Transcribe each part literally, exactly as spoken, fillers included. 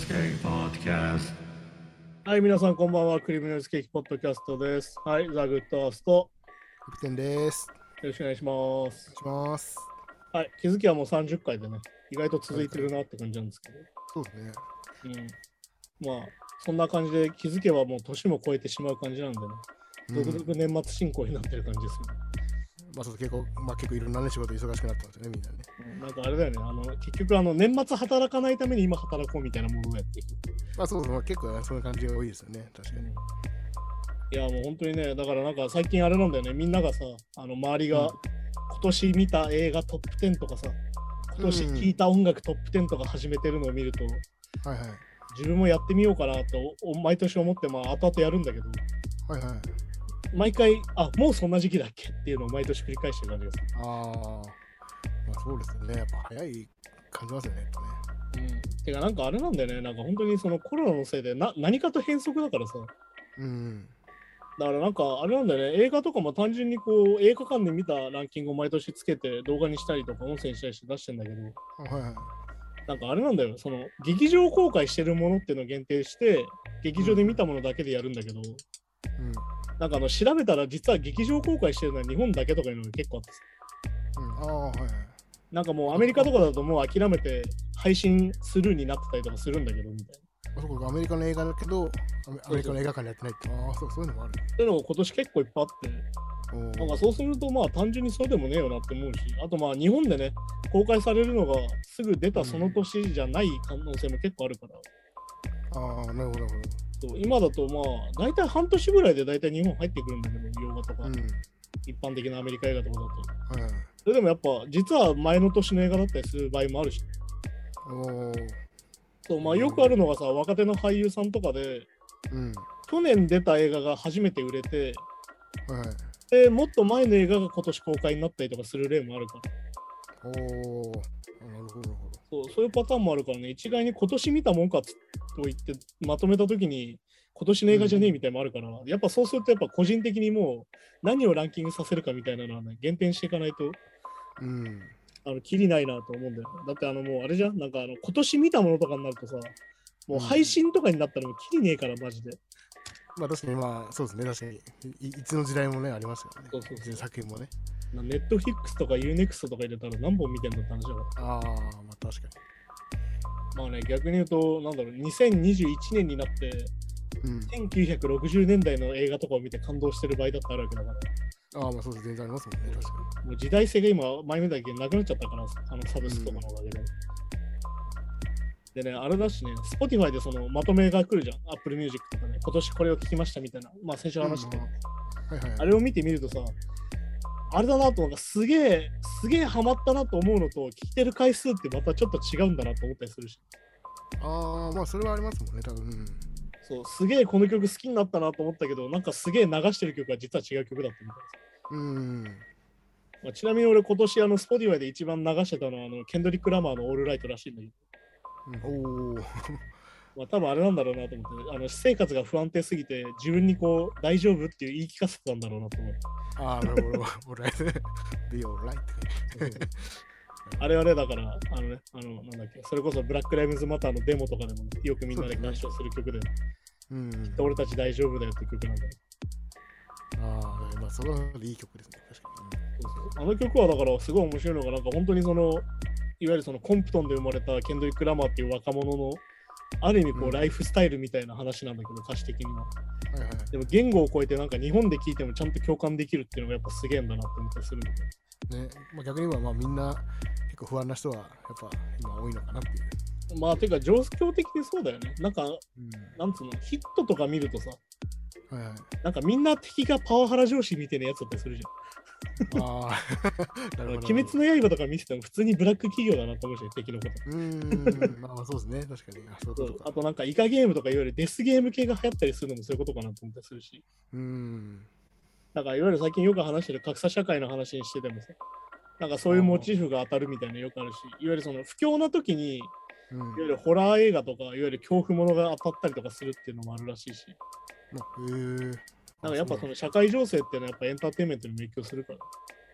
Cake Podcast. はい、皆さんこんばんは。クリミナルズケーキポッドキャストです。はい、ザ・グッドアースト。 キャプテンです。 よろしくお願いします。 お願いします。 はい、気づきはもうさんじゅっかいでね、意外と続いてるなって感じなんですけど。 そうですね。 うん。まあ、そんな感じで気づけばもう年も超えてしまう感じなんでね、 うん続々年末進行になってる感じですよね。 まあ、そう結構、まあ、結構いろんな、ね、仕事忙しくなってますよね、みんなね。 うんなんかあれだよね、あの結局あの年末働かないために今働こうみたいなものをやっていく。 まあ、そうそう、まあ、結構そういう感じが多いですよね、確かに。 いやもう本当にね、だからなんか最近あれなんだよね、みんながさ、あの周りが今年見た映画トップじゅうとかさ、今年聴いた音楽トップじゅうとか始めてるのを見ると、 はいはい。 自分もやってみようかなとお毎年思って、まあ後々やるんだけど、 はいはい。 毎回、あ、もうそんな時期だっけっていうのを毎年繰り返してる感じがする。 ああ、まあ、そうですよね。やっぱ早い感じますよね、やっぱね。 うん。てかなんかあれなんだよね、なんか本当にそのコロナのせいでな何かと変則だからさ、 うん。 だからなんかあれなんだよね、映画とかも単純にこう映画館で見たランキングを毎年つけて動画にしたりとか音声にしたりして出してんだけど、 はいはい。 なんかあれなんだよ、その劇場公開してるものっていうのを限定して、劇場で見たものだけでやるんだけど、 うん。 なんかあの調べたら実は劇場公開してるのは日本だけとかいうのが結構あってさ、 うん、ああ、はいはい。 なんかもうアメリカとかだともう諦めて配信スルーになってたりとかするんだけどみたいな。 あそこアメリカの映画だけど、アメアメリカの映画館でやってないって。ああ、そう、そういうのもある。 そういうのが今年結構いっぱいあって、 おなんかーそうするとまあ単純にそうでもねえよなって思うし、あとまあ日本でね、公開されるのがすぐ出たその年じゃない可能性も結構あるから、 ああ、なるほど、なるそう今だとまあ大体半年ぐらいで大体日本入ってくるんだけど、洋画とか、 ほど。うん。 一般的なアメリカ映画とかだと。 はいはい。 それでもやっぱ実は前の年の映画だったりする場合もあるし、 おー。 そうまあよくあるのがさ、若手の俳優さんとかで、 うん。 去年出た映画が初めて売れて、 はいはい。 でもっと前の映画が今年公開になったりとかする例もあるから、 おー。なるほど、なるほど。 そうそういうパターンもあるからね、一概に今年見たもんかと言ってまとめたときに、今年の映画じゃねえみたいなのもあるから、やっぱそうするとやっぱ個人的にもう何をランキングさせるかみたいなのはね、減点していかないと、 うん。 あの、きりないなと思うんだよね。だってあのもうあれじゃん、なんかあの今年見たものとかになるとさ、もう配信とかになったらもうきりねえからマジで。 まあ確かにまあそうですね、確かに い, いつの時代もねありますよね。 そうそうそう作品もね。 ネットフリックスとか ユーネクスト とか入れたら何本見てんのって話だから。 ああ、まあ確かまあね、逆に言うと、なんだろう、にせんにじゅういちねんになって、 に。うん。 せんきゅうひゃくろくじゅうねんだいの映画とかを見て感動してる場合だってあるわけだから、 ああ、まあそうです、全然ありますもんね、確かもう時代性が今、前みたいになくなっちゃったから、あのサブスとかのおかげで。でね、あれだしね、Spotify でそのまとめが来るじゃん、Apple Music とかね、今年これを聞きましたみたいな、まあ先週話して、 うんはいはい。 あれを見てみるとさ、あれだなと、なんかすげえ、すげえハマったなと思うのと、聞いてる回数ってまたちょっと違うんだなと思ったりするし、 ああ、まあそれはありますもんね、多分。うん。 そう、すげえこの曲好きになったなと思ったけど、なんかすげえ流してる曲は実は違う曲だったみたいうん。 な。まあ、ちなみに俺今年あの Spotify で一番流してたのはあのケンドリック・ラマーのオールライトらしいんだけど、 おお。 まあ多分あれなんだろうなと思って、あの私生活が不安定すぎて自分にこう大丈夫っていう言い聞かせてたんだろうなと思って。 ああ、なるほど。俺、Be alright. あれはね、だから、あのね、あの、なんだっけ、それこそブラック・ライブズ・マターのデモとかでも、ね、よくみんなで合唱する曲で、 うん。 俺たち大丈夫だよって曲なんだよ。 ああ、まあそれはいい曲ですね、確かそうそうあの曲はだからすごい面白いのが、なんか本当にその、いわゆるそのコンプトンで生まれたケンドリック・ラマーっていう若者の、ある意味こう、 うんライフスタイルみたいな話なんだけど、歌詞的には。 に。はいはい。 でも言語を超えてなんか日本で聞いてもちゃんと共感できるっていうのがやっぱすげえんだなって思ったりするんだけど。 ね、まあ逆に言えばまあみんな結構不安な人はやっぱ今多いのかなっていう。 まあ、てか、状況的にそうだよね。なんか、 うん。 なんつうの、ヒットとか見るとさ、 はいはい。 なんかみんな敵がパワハラ上司みたいなやつだったりするじゃん。 ああ、なるほど。 鬼滅の刃とか見てても普通にブラック企業だなと思うし、敵のこと。 うーん、まあまあそうですね、確かに。あそういうそことか。 うあとなんかイカゲームとかいわゆるデスゲーム系が流行ったりするのもそういうことかなと思ったりするし。 うーん。 なんかいわゆる最近よく話してる格差社会の話にしててもさ、なんかそういうモチーフが当たるみたいなのよくあるし、いわゆるその不況な時に、 うん、 いわゆるホラー映画とか、いわゆる恐怖ものが当たったりとかするっていうのもあるらしいし、 まあへえ。 なんかやっぱその社会情勢っていうのはやっぱエンターテインメントにも影響するから。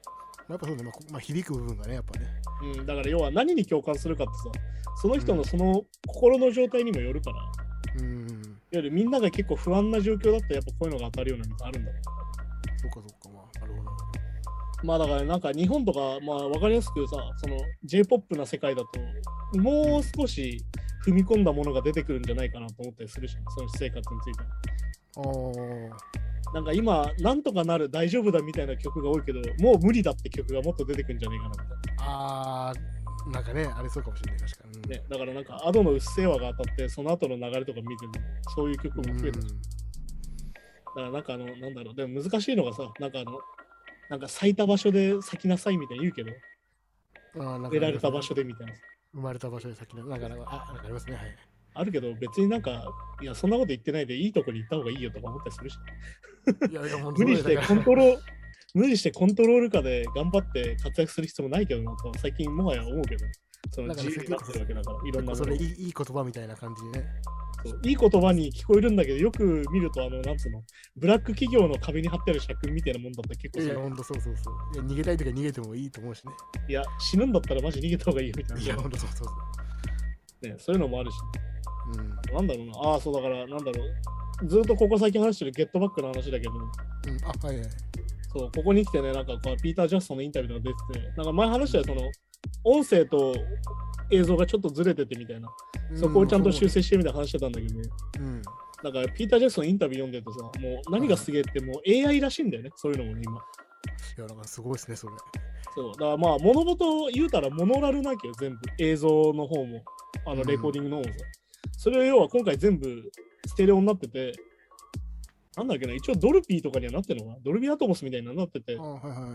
あ、やっぱそうね、まあこまあ、響く部分がね、やっぱね。 うん、だから要は何に共感するかってさ、その人のその心の状態にもよるから、 うん。 いわゆるみんなが結構不安な状況だったらやっぱこういうのが当たるようなのがあるんだろそうかそうか、まあ、なるほど。 う。まあだからなんか日本とか、まあ分かりやすくさ、その J-ポップ な世界だと、もう少し踏み込んだものが出てくるんじゃないかなと思ったりするし、その私生活について。 ああ。 なんか今、なんとかなる、大丈夫だみたいな曲が多いけど、もう無理だって曲がもっと出てくるんじゃないかなみたいな。 ああ、なんかね、あれそうかもしれない、確かに。 ね、だからなんか、アドのうっせぇわが当たって、その後の流れとか見ても、そういう曲も増えたし。だからなんかあの、なんだろう、でも難しいのがさ、なんかあの、なんか咲いた場所で咲きなさいみたいに言うけど、植えられた場所でみたいな。 生まれた場所で咲きなさい。なんか、なんか、あ、なんかありますね、はい。 あるけど、別になんか、いや、そんなこと言ってないで、いいとこに行った方がいいよとか思ったりするし。 いやいや、 無理してコントロール、無理してコントロール下で頑張って活躍する必要もないけどなと、最近もはや思うけど、その自由になってるわけだから、いろんなもの。 それいい、いい言葉みたいな感じでね。 そういい言葉に聞こえるんだけど、よく見ると、あの、なんつうの、ブラック企業の壁に貼ってある社訓みたいなもんだったら結構いや、ほんとそうそうそう。いや、逃げたいときは逃げてもいいと思うしね。 いや、死ぬんだったらマジ逃げた方がいいよみたいな。 いや、ほんとそうそうそう。ね、そういうのもあるし。 うん。 なんだろうな。ああ、そうだから、なんだろう。ずっとここ最近話してるゲットバックの話だけど、 うん、あ、はいはい。 そう、ここに来てね、なんかこうピーター・ジャストンのインタビューとか出てて、なんか前話したよ、その、音声と映像がちょっとずれててみたいな、そこをちゃんと修正してみたいな話してたんだけど、 うん。 だからピーター・ジャストンのインタビュー読んでるとさ、もう何がすげえってもう エーアイ らしいんだよね、そういうのもね、今。 いや、なんかすごいですね、それ。 そう、だからまあ、物事言うたらモノラルなきゃ全部、映像の方も、あの、レコーディングの方もさ。それを要は今回全部ステレオになってて、なんだっけな、一応ドルビーとかにはなってるのかな、ドルビーアトモスみたいになってて、 あ、はいはい。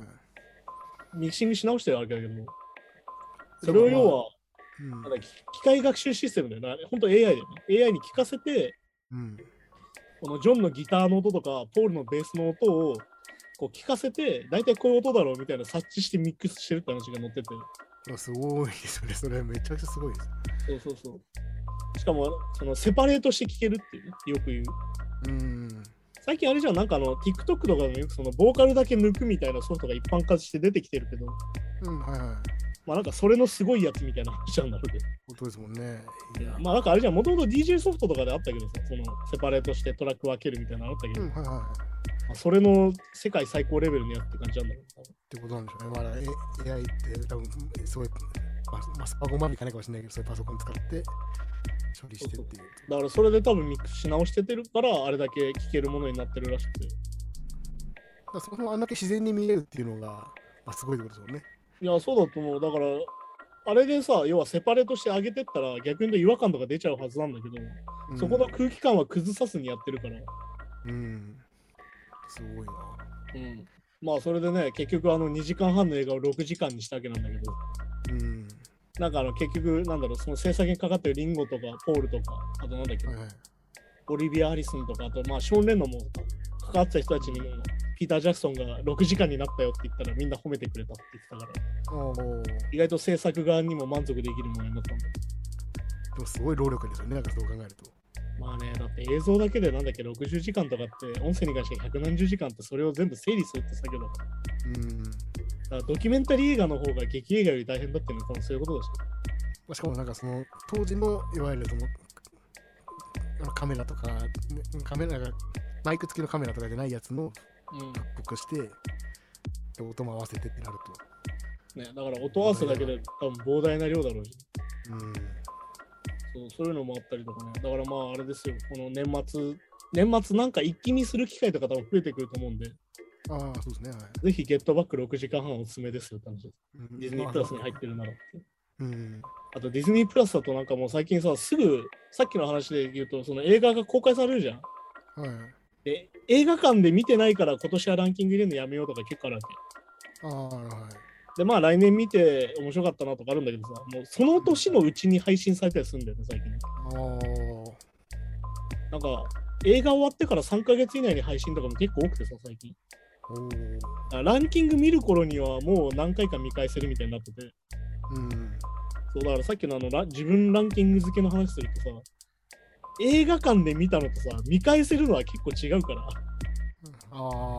ミキシングし直してるわけだけど、それを要は、 うん、 なんだ機械学習システムだよな、本当 エーアイ だよね。エーアイ に聞かせて、 うん、 このジョンのギターの音とか、ポールのベースの音をこう聞かせて、大体こういう音だろうみたいな察知してミックスしてるって話が載ってて。 すごいですね、それめちゃくちゃすごいです。 そうそうそう。しかも、そのセパレートして聞けるっていうね、よく言う。 うん。 最近あれじゃん、なんかあの、TikTok とかでもよくそのボーカルだけ抜くみたいなソフトが一般化して出てきてるけど、 うん、はいはい。 まあなんかそれのすごいやつみたいな話なんだろうけど。 本当ですもんね。 いやまあなんかあれじゃん、もともと ディージェー ソフトとかであったけどさ、そのセパレートしてトラック分けるみたいなのあったけど、 うん、はいはい。 まあ、それの世界最高レベルのやつって感じなんだろう。 ってことなんでしょうね。まだ エーアイ って多分すごい、まあ、まあ、スパゴマみかないかもしれないけど、そういうパソコン使って処理してっていう。 そうそうだからそれで多分ミックスし直しててるから、あれだけ聞けるものになってるらしくて。 だそのあんだけ自然に見えるっていうのが、まあ、すごいってことですよね。 いや、そうだと思う。だから、あれでさ、要はセパレートして上げてったら逆に言うと違和感とか出ちゃうはずなんだけど、うん、そこの空気感は崩さずにやってるから。 うん。すごいな。 うん。まあそれでね、結局あのにじかんはんの映画をろくじかんにしたわけなんだけど、 うん。 なんかあの結局、なんだろう、その制作にかかってるリンゴとかポールとか、あとなんだっけ、はいはい、オリビア・ハリスンとか、あとまあショーン・レンノンも関わってた人たちにも、ピーター・ジャクソンがろくじかんになったよって言ったらみんな褒めてくれたって言ってたから、お意外と制作側にも満足できるものになったんだ。 でもすごい労力ですよね、なんかそう考えると。まあね、だって映像だけでなんだっけろくじゅうじかんとかって音声に関してひゃくなんじゅうじかんってそれを全部整理するって作業だから。うん。だからドキュメンタリー映画の方が劇映画より大変だっていうのは多分そういうことだし。 しかもなんかその当時のいわゆるそのカメラとかカメラがマイク付きのカメラとかじゃないやつの復刻して、うん、音も合わせてってなると。ね、だから音合わせだけで多分膨大な量だろうし。うん。そう、そういうのもあったりとかね。だからまああれですよ、この年末、年末なんか一気見する機会とか多分増えてくると思うんで、 ああ、そうですね。はい、 ぜひゲットバックろくじかんはんおすすめですよって話です。うん、ディズニープラスに入ってるならって。うん、あとディズニープラスだとなんかもう最近さ、すぐ、さっきの話で言うと、その映画が公開されるじゃん。はい。で、映画館で見てないから今年はランキング入れるのやめようとか結構あるわけ。ああ、はい。で、まあ来年見て面白かったなとかあるんだけどさ、もうその年のうちに配信されたりするんだよね、最近。ああ。なんか、映画終わってからさんかげつ以内に配信とかも結構多くてさ、最近。おランキング見る頃にはもう何回か見返せるみたいになってて。うん。そうだからさっきのあのラ自分ランキング付けの話するとさ、映画館で見たのとさ、見返せるのは結構違うから。ああ。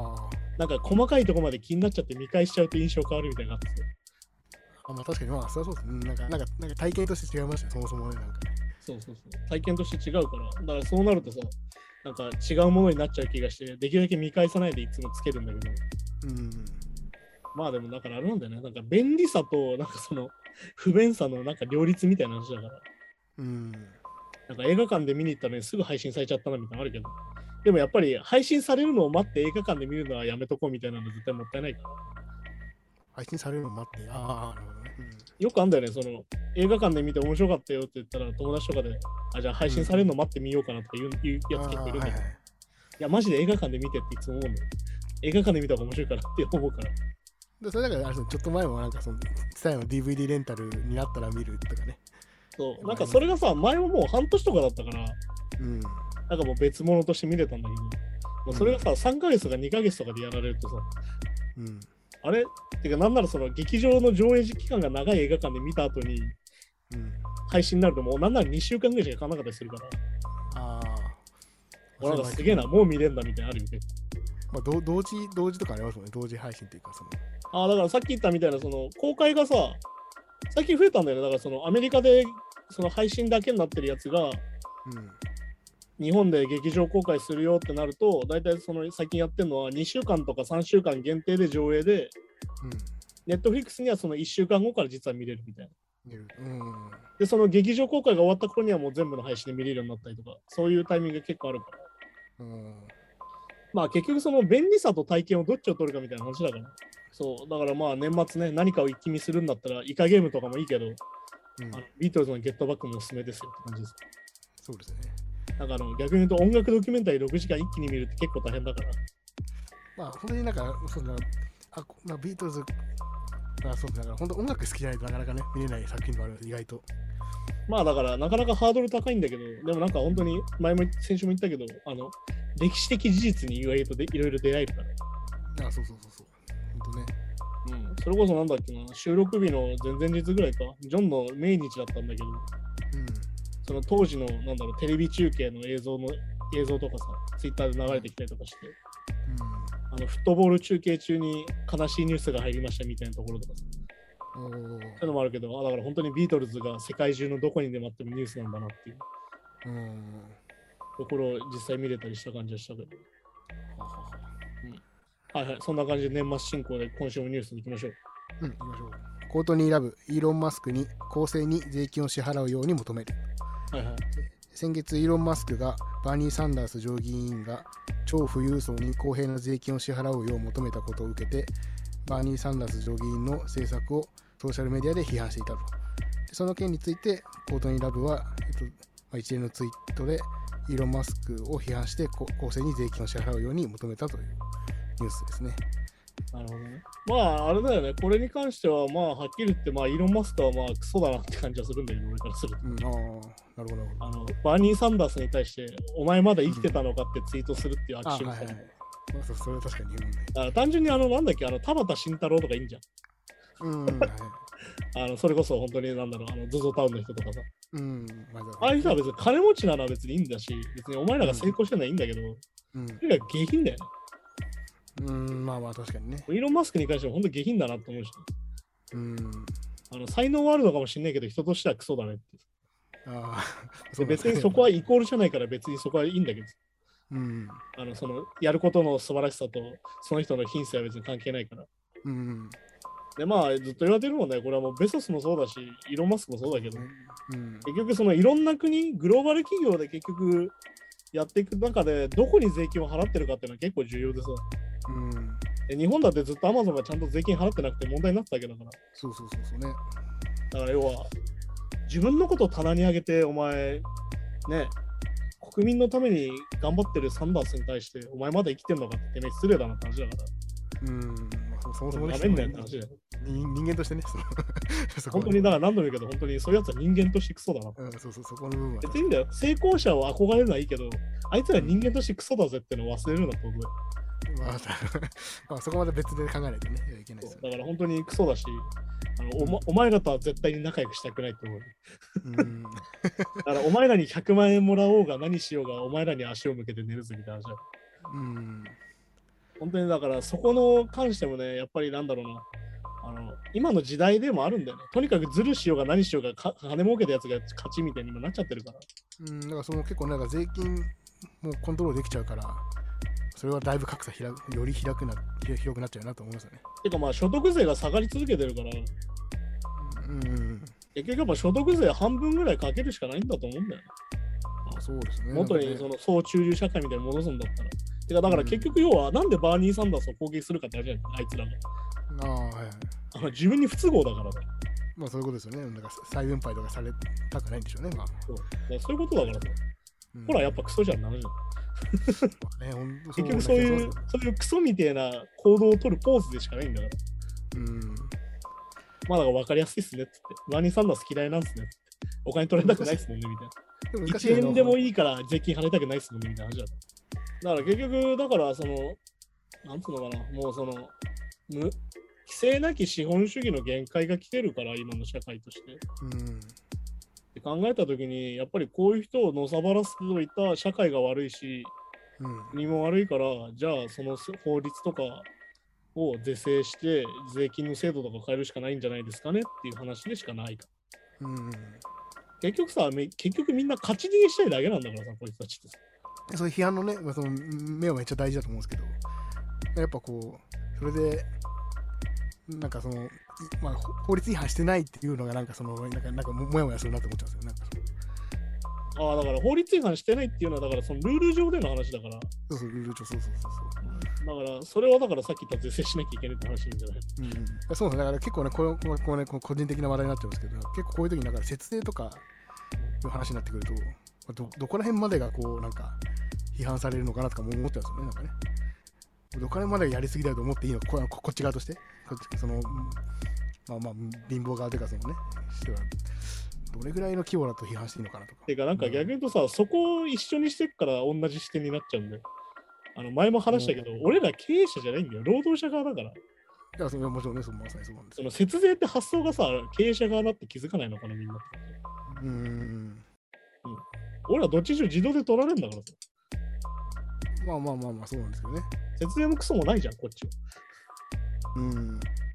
なんか細かいところまで気になっちゃって見返しちゃうと印象変わるみたいな感じで。 あ、まあ確かに、まあ、それはそうですね。なんか、なんか、なんか体験として違いましたよ、そもそもね、なんかね。 そうそうそう。体験として違うから。だからそうなるとさ、なんか違うものになっちゃう気がして、できるだけ見返さないでいつもつけるんだけど。 うん。 まあでもだからあれなんだよね。なんか便利さと、なんかその不便さのなんか両立みたいな話だから。 うん。 なんか映画館で見に行ったのにすぐ配信されちゃったなみたいなのあるけど。でもやっぱり配信されるのを待って映画館で見るのはやめとこうみたいなの絶対もったいないから。 配信されるの待って、ああ、なるほどね。うん、 よくあんだよね、その映画館で見て面白かったよって言ったら友達とかで、あ、じゃあ配信されるの待ってみようかなとか言う、うん、言うやつ結構いるんだけど、はいはい、いや、マジで映画館で見てっていつも思うんだよ。映画館で見た方が面白いからって思うから。 でそれだからあれちょっと前もなんかそのツタヤの ディーブイディー レンタルになったら見るとかね。 そう、なんかそれがさ、前はもう半年とかだったから、うん、なんかもう別物として見れたんだけど、もうそれがさ、さんかげつとかにかげつとかでやられるとさ、うん、あれってか、なんならその劇場の上映時期間が長い映画館で見た後に、うん、配信になるともうなんならにしゅうかんぐらいしかかかんなかったりするから、ああ、なんかすげえな、もう見れんだみたいなのあるよね。 まあ、同時、同時とかありますもんね、同時配信っていうか、その。 ああ、だからさっき言ったみたいな、その公開がさ、最近増えたんだよね。だからそのアメリカでその配信だけになってるやつが、うん、日本で劇場公開するよってなると、大体その最近やってるのはにしゅうかんとかさんしゅうかん限定で上映で、ネットフリックスにはそのいっしゅうかんごから実は見れるみたいな。うん、で、その劇場公開が終わった頃にはもう全部の配信で見れるようになったりとか、そういうタイミングが結構あるから。うん、まあ結局その便利さと体験をどっちを取るかみたいな話だから。そう、だからまあ年末ね、何かを一気見するんだったら、イカゲームとかもいいけど、うん、あのビートルズのゲットバックもおすすめですよって感じです。 そうですね。 だから逆に言うと音楽ドキュメンタリーろくじかん一気に見るって結構大変だから。 まあ本当になんか、そんな、あ、まあ、ビートルズ、まあそうだから本当音楽好きじゃないとなかなかね、見れない作品もある、意外と。 まあだからなかなかハードル高いんだけど、でもなんか本当に前も先週も言ったけど、あの歴史的事実に意外とでいろいろ出会えるから。 あ、そうそうそうそう。本当ね。 うん、それこそなんだっけな、収録日の前々日ぐらいか、ジョンの命日だったんだけど、うん、その当時のなんだろうテレビ中継の映像の映像とかさ、ツイッターで流れてきたりとかして、うん、あのフットボール中継中に悲しいニュースが入りましたみたいなところとかさ、そういうのもあるけど、あだから本当にビートルズが世界中のどこにでもあってもニュースなんだなっていう、うん、ところを実際見れたりした感じはしたけど。ははは、うん、はいはい、そんな感じで年末進行で今週もニュースに行きましょう。 うん、行きましょう。コートニー・ラブ、イーロン・マスクに公正に税金を支払うように求める。はいはい、先月、イーロン・マスクがバーニー・サンダース上議員が超富裕層に公平な税金を支払うよう求めたことを受けて、バーニー・サンダース上議員の政策をソーシャルメディアで批判していたと。でその件について、コートニー・ラブは、えっとまあ、一連のツイートでイーロン・マスクを批判して公正に税金を支払うように求めたというニュースですね。 なるほどね。まあ、あれだよね。これに関しては、まあ、はっきり言って、まあ、イーロン・マスクは、まあ、クソだなって感じはするんだけど、俺からすると。うん、ああ、なるほど。あの、バーニー・サンダースに対して、お前まだ生きてたのかってツイートするっていうアクションが、うん、はいはい、 まあ、それは確かに。だから単純に、あの、なんだっけ、あの、田畑慎太郎とかいいんじゃん。うん、はい、あの、それこそ本当に、なんだろう、あの、ゾゾタウンの人とかさ。うん、まあ、ああいう人は別に金持ちなのは別にいいんだし、別にお前らが成功してるのはいいんだけど、うん、それが下品だよね。 うん、まあまあ確かにね。 イーロン・マスクに関しては本当に下品だなと思うし、うん、あの才能はあるのかもしれないけど、人としてはクソだねって。あで別にそこはイコールじゃないから別にそこはいいんだけど、うん、あのそのやることの素晴らしさとその人の品性は別に関係ないから。うん、でまあずっと言われてるもんね、これはもうベソスもそうだし、イーロン・マスクもそうだけど、うん、結局そのいろんな国、グローバル企業で結局やっていく中でどこに税金を払ってるかっていうのは結構重要でさ。うん、日本だってずっとアマゾンがちゃんと税金払ってなくて問題になってたわけだから。 そうそうそうそうね。 だから要は自分のことを棚に上げてお前ね、国民のために頑張ってるサンダースに対してお前まだ生きてんのかっててめえ失礼だなって話だから。うん、まあ、そもそもね、ダメんだよって話だよ。 人, 人間としてね。 本当にだから何度も言うけど本当にそういうやつは人間としてクソだな。 うん、そうそうそこの部分は。 別にいいんだよ。成功者を憧れるのはいいけど、あいつら人間としてクソだぜってのを忘れるんだと思う。 まあ、まあそこまで別で考えないとねいけないですよね。 だから本当にクソだし、あの お, ま、お前らとは絶対に仲良くしたくないと思う。うん、だからお前らにひゃくまんえんもらおうが何しようがお前らに足を向けて寝るぜみたいな話だ。うん。 本当にだからそこの関してもね、やっぱりなんだろうな、あの今の時代でもあるんだよね。とにかくズルしようが何しようがか金儲けたやつが勝ちみたいに今なっちゃってるから。 うん、だからその結構なんか税金もコントロールできちゃうから、それはだいぶ格差開くより開くな広くなっちゃうなと思いますよね。 てかまあ所得税が下がり続けてるから、 うん、 結局やっぱ所得税半分ぐらいかけるしかないんだと思うんだよね。 あ、そうですね。 元にその総中流社会みたいに戻すんだったら。てかだから結局要はなんでバーニー・サンダースを攻撃するかってあるじゃない、あいつらが。 ああ、はいはい。 あの自分に不都合だからだ。 まあそういうことですよね。なんか再分配とかされたくないんでしょうね。まあ、 そう、だからそういうことだからさ。うん、ほらやっぱクソじゃん、ダメじゃん。ね、ほんとそう結局そういう、そういうクソみたいな行動を取るポーズでしかないんだから。うん。まあだから分かりやすいっすねってって。バーニー・サンダース嫌いなんすねって。お金取れたくないっすもんねみたいな。いちえんでもいいから税金払いたくないっすもんねみたいな話だった。だから結局、だからその、なんつうのかな、もうその、無規制なき資本主義の限界が来てるから、今の社会として。うん。って考えたときに、やっぱりこういう人をのさばらすといった社会が悪いし、うん、国も悪いから、じゃあその法律とかを是正して、税金の制度とか変えるしかないんじゃないですかねっていう話でしかないから。うん、結局さ、結局みんな勝ち逃げしたいだけなんだからさ、こいつたちってさ。 そういう批判のね、その目はめっちゃ大事だと思うんですけど、やっぱこう、それで、なんかその、まあ、法律違反してないっていうのがなんかそのなんかなんかもやもやするなと思っちゃうんですよ。なんかそのああ、だから法律違反してないっていうのはだからそのルール上での話だから。 そうそう、ルール上、そうそうそうそう。 だからそれはだからさっき言った是正しなきゃいけないって話なんじゃない。 うん、そうですね。だから結構ね、これこうね個人的な話題になっちゃうんですけど、結構こういう時にだから節税とかいう話になってくると、どどこら辺までがこうなんか批判されるのかなとかも思っちゃうんですよね。なんかね。どこら辺までがやりすぎだと思っていいのか、こ, こっち側として。そのまあまあ貧乏側というかそのねしてはどれぐらいの規模だと批判していいのかなとか。 てかなんか逆に言うとさ、うん、そこを一緒にしてっから同じ視点になっちゃうんだよ。あの前も話したけど、俺ら経営者じゃないんだよ。労働者側だから。いやそれはもちろんね、そのまさにそうなんです。 その節税って発想がさ、経営者側だって気づかないのかなみんなって。うんうん。俺らどっちにしろ自動で取られるんだからさ。 まあまあまあまあそうなんですけどね。 節税もクソもないじゃんこっちは。うん。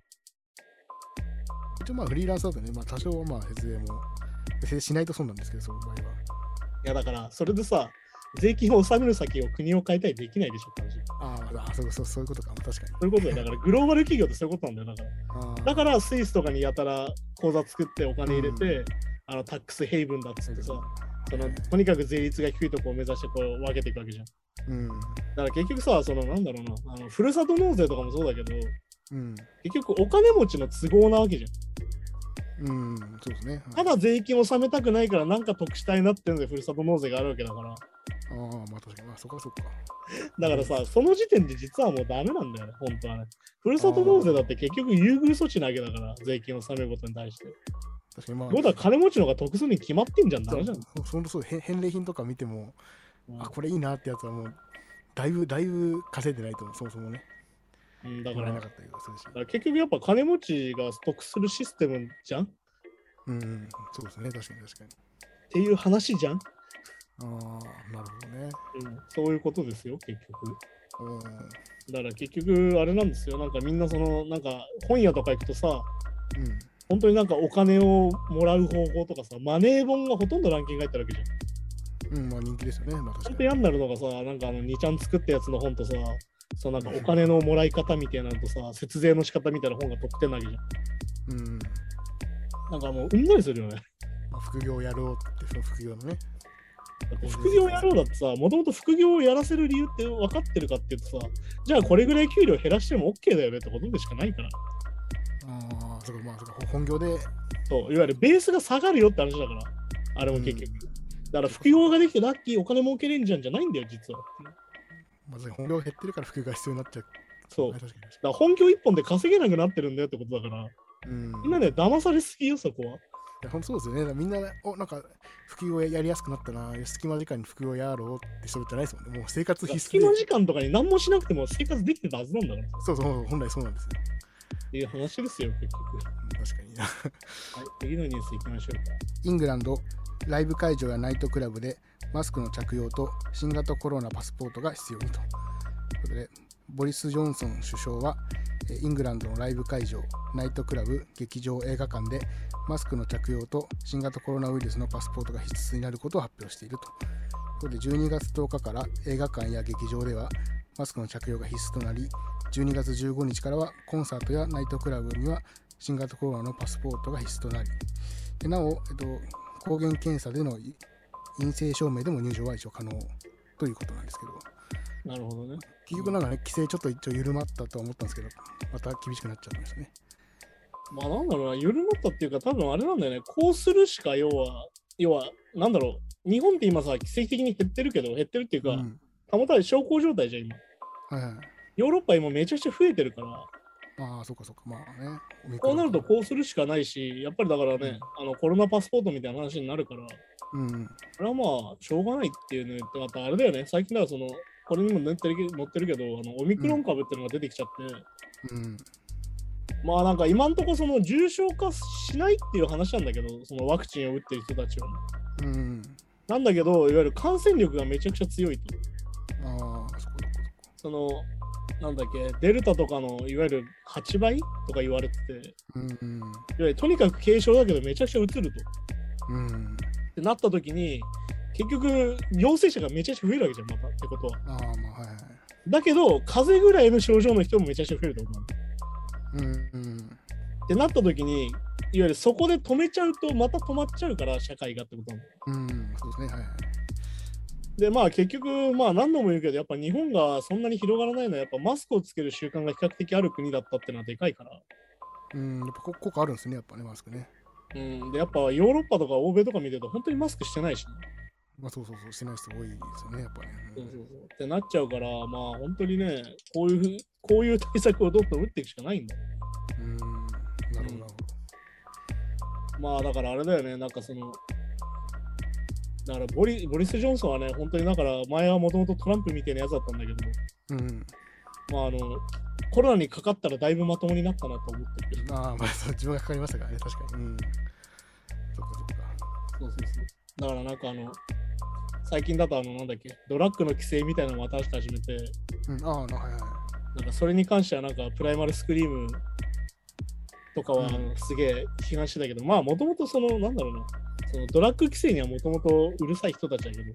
一応まあフリーランスだとね、まあ多少はまあ節税も節税しないとそうなんですけど、その場合は。いやだからそれでさ、税金を納める先を国を変えたりできないでしょって話。 ああ、そうそうそういうことか、確かに。 そういうことだよ。だからグローバル企業ってそういうことなんだよ。だから。だからスイスとかにやたら口座作ってお金入れて、うん、あのタックスヘイブンだっつってさ、そのとにかく税率が低いとこを目指してこう分けていくわけじゃん。うん、だから結局さ、そのなんだろうな、あのふるさと納税とかもそうだけど、うん、結局お金持ちの都合なわけじゃん。 うん、そうですね。 ただ税金を納めたくないからなんか得したいなっていうのでふるさと納税があるわけだから。ああ、まあ確かに、まあそこはそっか。 だからさ、その時点で実はもうダメなんだよね、本当はね。ふるさと納税だって結局優遇措置なわけだから、税金を納めることに対して。確かにまあ。どうだ、金持ちの方が得するに決まってんじゃん、ダメじゃん。 そのそう、返礼品とか見ても、うん、あ、これいいなってやつはもう、だいぶ、だいぶ稼いでないと思う、そもそもね。 うん、だから、だから結局やっぱ金持ちが得するシステムじゃん。 うん、そうですね、確かに確かに。 っていう話じゃん。ああ、なるほどね、 うん。そういうことですよ、結局。うん、だから結局、あれなんですよ、なんかみんなその、なんか本屋とか行くとさ、うん、本当になんかお金をもらう方法とかさ、マネー本がほとんどランキング入ってるわけじゃん。 うん、まあ人気ですよね。まあ、 本当嫌になるのがさ、なんかあのにちゃん作ったやつの本とさ、そのなんかお金のもらい方みたいなのとさ、節税の仕方みたいな本がトップテンなわけじゃん。うん。なんかもううんざりするよね。 まあ、副業やろうって、その副業のね。 だって副業やろうだってさ、もともと副業をやらせる理由って分かってるかっていうとさ、じゃあこれぐらい給料減らしても OK だよねってことでしかないから。 ああ、そうか、まあ、そうか、本業で。 そう、いわゆるベースが下がるよって話だから、あれも結局。うん、だから副業ができてラッキー、お金儲けれんじゃんじゃないんだよ、実は。 まず本業減ってるから副業が必要になっちゃう。 そう。だから本業一本で稼げなくなってるんだよってことだから、うん、みんなね、騙されすぎよ、そこは。 いや、ほんとそうですよね。みんな、お、なんか、副業やりやすくなったな、隙間時間に副業やろうってそれじゃないですもんね。もう生活必須で。 隙間時間とかに何もしなくても生活できてたはずなんだから。 そうそう、本来そうなんですよ。 っていう話ですよ、結局。 確かに。はい、 次のニュースいきましょうか。 イングランド、ライブ会場やナイトクラブでマスクの着用と新型コロナパスポートが必要にということで、 ボリス・ジョンソン首相はイングランドのライブ会場、ナイトクラブ、劇場、映画館でマスクの着用と新型コロナウイルスのパスポートが必須になることを発表していると。ということでじゅうにがつとおかから映画館や劇場ではマスクの着用が必須となり、じゅうにがつじゅうごにちからはコンサートやナイトクラブには新型コロナのパスポートが必須となり、でなお、えっと、抗原検査での陰性証明でも入場は一応可能ということなんですけど。 なるほどね。 結局なんかね、規制ちょっと一応緩まったとは思ったんですけど、また厳しくなっちゃいましたね。 まあなんだろうな、緩まったっていうか、多分あれなんだよね、こうするしか要は、要は、なんだろう、日本って今さ、奇跡的に減ってるけど、減ってるっていうか、うん、保たれ小康状態じゃん、今。 はいはい。 ヨーロッパ今めちゃくちゃ増えてるから。 ああ、そっかそっか、まあね。 こうなるとこうするしかないし、やっぱりだからね、うん、あのコロナパスポートみたいな話になるから、 うん、 これはまあ、しょうがないっていうね、またあれだよね、最近だからその、これにも載ってる載ってるけど、あのオミクロン株っていうのが出てきちゃって、 うん、 まあなんか今んとこその重症化しないっていう話なんだけど、そのワクチンを打ってる人たちは、 うん、 なんだけど、いわゆる感染力がめちゃくちゃ強いと。 ああ、そこそのなんだっけ、デルタとかのいわゆるはちばいとか言われてて、 うんうん、いわゆるとにかく軽症だけどめちゃくちゃうつると。 うん、 ってなった時に、結局陽性者がめちゃくちゃ増えるわけじゃん、またってことは。 ああ、まあはいはい。 だけど、風邪ぐらいの症状の人もめちゃくちゃ増えると思う。 うんうん、 ってなった時に、いわゆるそこで止めちゃうとまた止まっちゃうから社会がってことなんだよ。 うん、そうですね、はいはい。 でまあ結局、まあ何度も言うけど、やっぱ日本がそんなに広がらないのは、やっぱマスクをつける習慣が比較的ある国だったっていうのはでかいから。 うん、やっぱ効果あるんですね、やっぱね、マスクね。 うん、でやっぱヨーロッパとか欧米とか見てると、本当にマスクしてないしね。 まあそうそうそう、してない人多いですよね、やっぱね。 そうそうそうってなっちゃうから、まあ本当にね、こういう、こういう対策をどんどん打っていくしかないんだよ。 うん、なるほど、なるほど。 まあだからあれだよね、なんかその、だからボリ、ボリス・ジョンソンはね、本当にだから前はもともとトランプみたいなやつだったんだけど、 うん、 まああの、コロナにかかったらだいぶまともになったなと思ってるけど。 ああ、まあそう、自分がかかりましたからね、確かに。うん。そっかそっか。 そうそうそう。だからなんかあの、最近だとあの、なんだっけ、ドラッグの規制みたいなのを新しく始めて、 うん、ああ、はいはい。 なんかそれに関してはなんかプライマルスクリームとかはあのすげえ批判してたけど、うん、まあもともとその、なんだろうな、そのドラッグ規制にはもともとうるさい人たちだけど、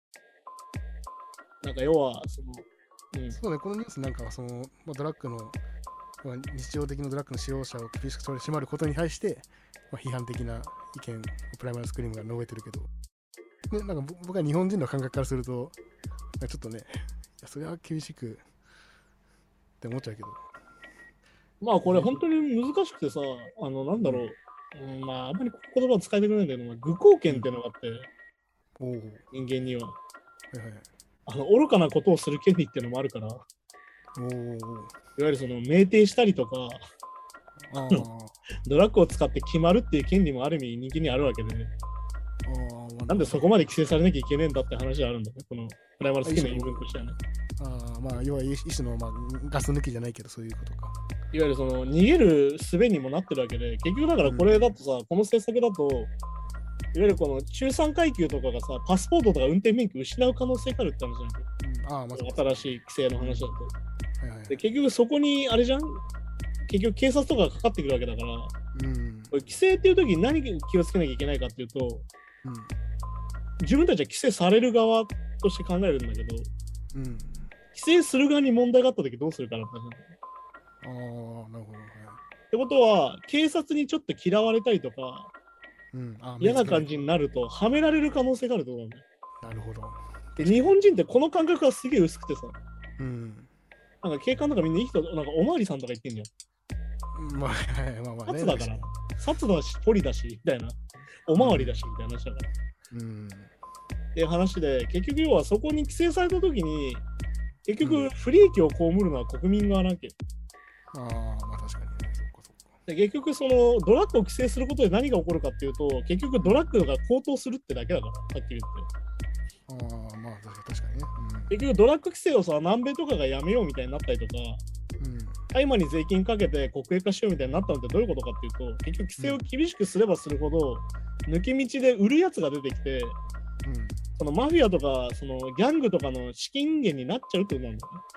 なんか要はその、 うん、そうね、このニュースなんかはその、まあ、ドラッグの、まあ、日常的なドラッグの使用者を厳しく取り締まることに対して、まあ、批判的な意見をプライマルスクリームが述べてるけど、ね、なんか僕は日本人の感覚からすると、ちょっとね、いやそれは厳しくって思っちゃうけど。 まあこれ本当に難しくてさ、あのなんだろう、うん、まああんまり言葉使いたくないんだけど、愚行権っていうのがあって、うん、人間には、はいはい、あの愚かなことをする権利っていうのもあるから、おいわゆるその酩酊したりとか、あドラッグを使って決まるっていう権利もある意味人間にあるわけで、ね、あなんでそこまで規制されなきゃいけねえんだって話があるんだね、このプライマルスキルの言い分としてはね。 あまあ要は一種の、まあ、ガス抜きじゃないけどそういうことか。 いわゆるその逃げる術にもなってるわけで、結局だからこれだとさ、うん、この政策だと、いわゆるこの中産階級とかがさ、パスポートとか運転免許を失う可能性があるって話じゃない、うん、あまあ、新しい規制の話だと。はいはいはい、で結局そこにあれじゃん、結局警察とかがかかってくるわけだから、うん、これ規制っていう時に何気をつけなきゃいけないかっていうと、うん、自分たちは規制される側として考えるんだけど、うん、規制する側に問題があった時どうするかなって話なんだよね。ああ、なるほど、はい。ってことは、警察にちょっと嫌われたりとか、うん、あ嫌な感じになると、はめられる可能性があると思うんだよ。 なるほど。 で、日本人ってこの感覚がすげえ薄くてさ、うん、なんか警官とかみんないい人、なんかおまわりさんとか言ってんじゃん。まあ、まあまあ、ね、札だから、札だし、ポリだし、みたいな、おまわりだし、みたいな話だから。うん。っていう話で、結局要はそこに規制されたときに、結局不利益を被るのは国民側なわけ。 ああ、まあ確かにね。そっかそっか。 で結局そのドラッグを規制することで何が起こるかっていうと、結局ドラッグが高騰するってだけだから、はっきり言って。ああ、まあ確かにね。 うん、結局ドラッグ規制をさ、南米とかがやめようみたいになったりとか、うん、大麻に税金かけて国営化しようみたいになったのってどういうことかっていうと、結局規制を厳しくすればするほど、抜け道で売るやつが出てきて、うん、そのマフィアとかそのギャングとかの資金源になっちゃうってことなんだよね。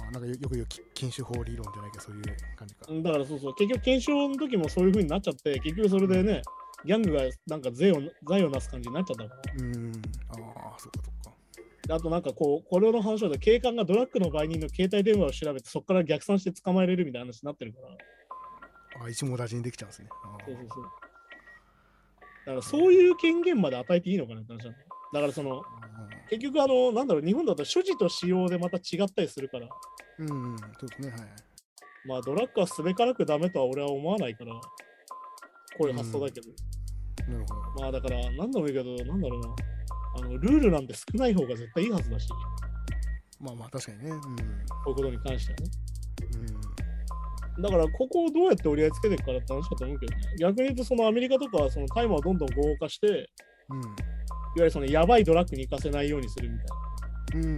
あ、なんかよよく言う禁酒法理論じゃないけど、そういう感じか。 だからそうそう、結局検証の時もそういう風になっちゃって、結局それでね、ギャングがなんか税を財をなす感じになっちゃったから。 うん、ああ、そっかそっか。 あとなんかこう、これの話だと警官がドラッグの売人の携帯電話を調べて、そこから逆算して捕まえれるみたいな話になってるから。 あ、一網打尽にできちゃうんですね。 そうそうそう。だからそういう権限まで与えていいのかなって話なんだよ。だからその、結局あの、なんだろう、日本だと所持と使用でまた違ったりするから。 うん、うん、そうですね、はい。 まあドラッグはすべからくダメとは俺は思わないから、こういう発想だけど。 うん、なるほど。 まあだから何度も言うけど、なんだろうな。あのルールなんて少ない方が絶対いいはずだし。 まあまあ確かにね。うん、こういうことに関してはね。 うん、 だからここをどうやって折り合いつけていくかって話だと思うけどね。逆に言うとそのアメリカとかはその大麻をどんどん合法化して、 うん、 いわゆるそのやばいドラッグに行かせないようにするみたいな。 うん、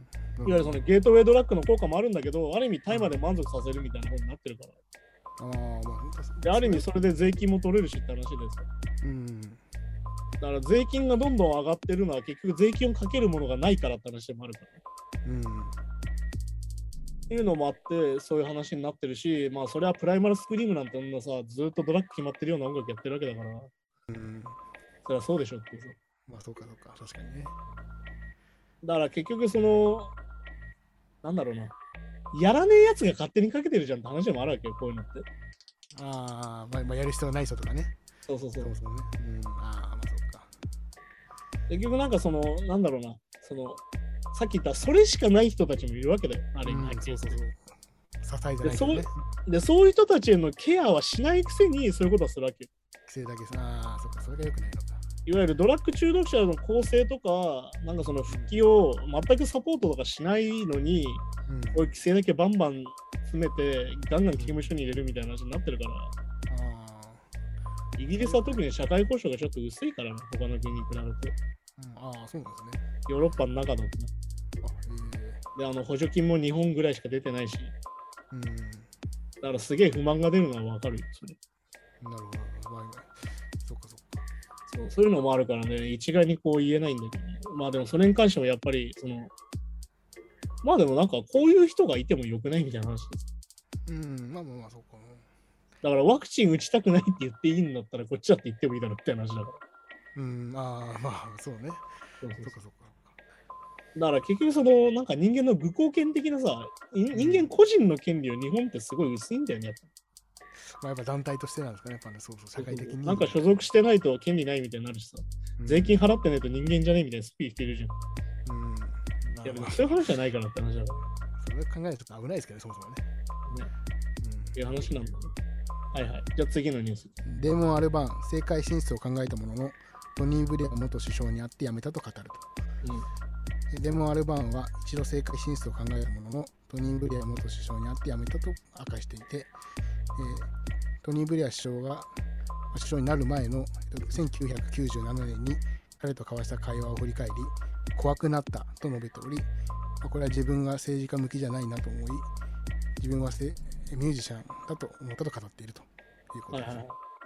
いわゆるそのゲートウェイドラッグの効果もあるんだけど、ある意味大麻で満足させるみたいなことになってるから。 ああ、まあ、 である意味それで税金も取れるしって話ですよ。 うん。 だから税金がどんどん上がってるのは結局税金をかけるものがないからって話でもあるから。うん。っていうのもあってそういう話になってるし、まあそれはプライマルスクリームなんて女さ、ずっとドラッグ決まってるような音楽やってるわけだから。うん。それはそうでしょってさ。 まあそうかそうか、確かにね。 だから結局その、なんだろうな。やらねえやつが勝手にかけてるじゃんって話でもあるわけよ、こういうのって。 ああ、まあ、まあ、やる必要がない人とかね。 そうそうそう。そうそうね。 うん、ああ、まあそうか。 結局なんかその、なんだろうな、その、さっき言ったそれしかない人たちもいるわけだよ、あれに。そうそうそう。 支えじゃないけどね。 で、そういう人たちへのケアはしないくせにそういうことをするわけよ。 規制だけさ、ああ、そっか、それが良くないのか。 いわゆるドラッグ中毒者の更生とか、なんかその復帰を全くサポートとかしないのに、うん、こういう規制だけバンバン詰めて、ガンガン刑務所に入れるみたいな話になってるから、うん、イギリスは特に社会保障がちょっと薄いからね、他の国に比べて。うん、 ああ、そうなんですね。 ヨーロッパの中だとね。で、あの補助金もにほんぐらいしか出てないし、うん、だからすげえ不満が出るのはわかるよ、それ。 なるほど。まあ、そっかそっか。 そう、そういうのもあるからね、一概にこう言えないんだけど、ね、まあでもそれに関してもやっぱり、その、まあでもなんかこういう人がいてもよくないみたいな話です。 うん、まあまあまあ、そうか。 だからワクチン打ちたくないって言っていいんだったら、こっちだって言ってもいいだろうって話だから。 うん、ああ、まあそうね。そうそうそう。そっかそっか。 だから結局そのなんか人間の愚行権的なさ、人間個人の権利を日本ってすごい薄いんだよね、やっぱ。 まあやっぱ団体としてなんですかね、やっぱね、そうそう、社会的に。 なんか所属してないと権利ないみたいになるしさ、うん、税金払ってないと人間じゃねえみたいなスピーしてるじゃん。うん。いや、でもそういう話じゃないからって話だから。 それ考えると危ないですけどね、そもそもね。ね。 うん。っていう話なんだね。はいはい。じゃあ次のニュース。 デーモン・アルバーン、政界進出を考えたものの、トニー・ブレア元首相に会って辞めたと語ると。うんデモン・アルバーンは一度政界進出を考えたものの、トニー・ブレア元首相に会って辞めたと明かしていて、えー、トニー・ブレア首相が首相になる前のせんきゅうひゃくきゅうじゅうななねんに彼と交わした会話を振り返り、怖くなったと述べており、これは自分が政治家向きじゃないなと思い、自分はミュージシャンだと思ったと語っているということです。はいはい、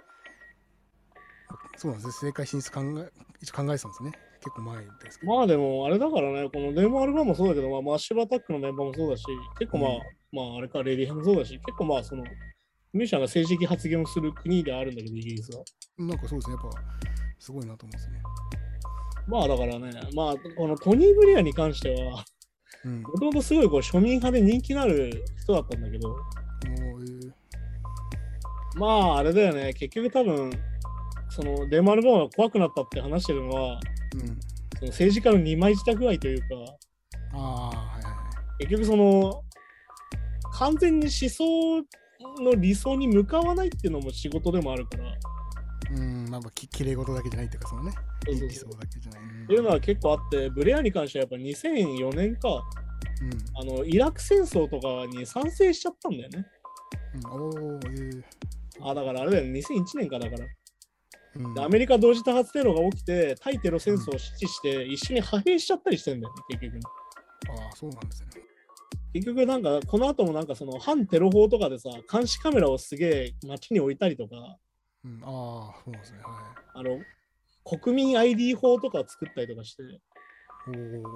そうなんですね、政界進出考え、一応考えてたんですね。結構前ですけど。 まあでもあれだからね、このデモアルバムもそうだけど、まあ、マッシブアタックのメンバーもそうだし、結構まあ、うん、まああれか、レディヘもそうだし、結構まあその、ミュージシャンが政治的発言をする国であるんだけど、イギリスは。 なんかそうですね、やっぱすごいなと思うんですね。 まあだからね、まあこのトニー・ブレアに関しては、もともとすごいこう庶民派で人気のある人だったんだけど、えー、まああれだよね、結局多分、そのデモアルバムが怖くなったって話してるのは、うん、その政治家の二枚舌具合というか、あ、はいはい、結局その完全に思想の理想に向かわないっていうのも仕事でもあるから、 うん、まあききれい事だけじゃないっていうか、そのね、 そうそうそう理想だけじゃない、うん、 っていうのは結構あって、ブレアに関してはやっぱにせんよねんか、うん、あのイラク戦争とかに賛成しちゃったんだよね。うん、おー、えー、あ、だからあれだよね、にせんいちねんかだから。うん、アメリカ同時多発テロが起きて、対テロ戦争を支持して、うん、一緒に派兵しちゃったりしてるんだよね、結局。 ああ、そうなんですね。 結局なんか、この後もなんかその反テロ法とかでさ、監視カメラをすげえ街に置いたりとか、 うん、ああ、そうなんですね。はい。 あの、国民 アイディー 法とかを作ったりとかして、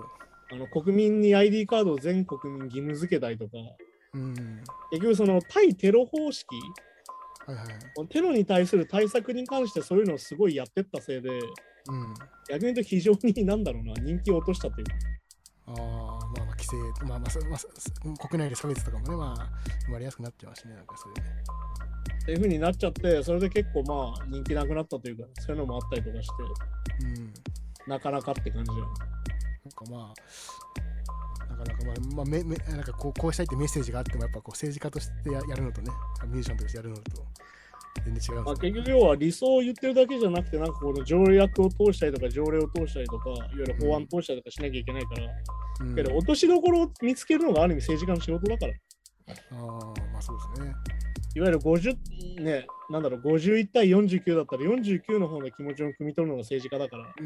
あの国民に アイディー カードを全国民義務付けたりとか、 うん、 結局その対テロ方式、 はいはい、 テロに対する対策に関してそういうのをすごいやってったせいで、 うん、 逆に言うと非常になんだろうな、人気を落としたというか。 ああ、まあまあ規制、まあまあ、まあ、国内で差別とかもね、まあ生まれやすくなってますね、なんかそういうね。 っていう風になっちゃって、それで結構まあ人気なくなったというか、そういうのもあったりとかして、 うん、 なかなかって感じだよね。 なんかまあ、なかなかまあ、まあ、めめなんかこう、こうしたいってメッセージがあっても、やっぱこう政治家としてややるのとね、ミュージシャンとしてやるのと全然違うんですよね。 まあ、結局要は理想を言ってるだけじゃなくて、なんかこの条約を通したりとか、条例を通したりとか、いわゆる法案通したりとかしなきゃいけないから、うん、けど落としどころを見つけるのがある意味政治家の仕事だから。 ああ、まあそうですね。 いわゆるごじゅう、ね、なんだろう、ごじゅういち対よんじゅうきゅうだったらよんじゅうきゅうの方の気持ちを汲み取るのが政治家だから。うん、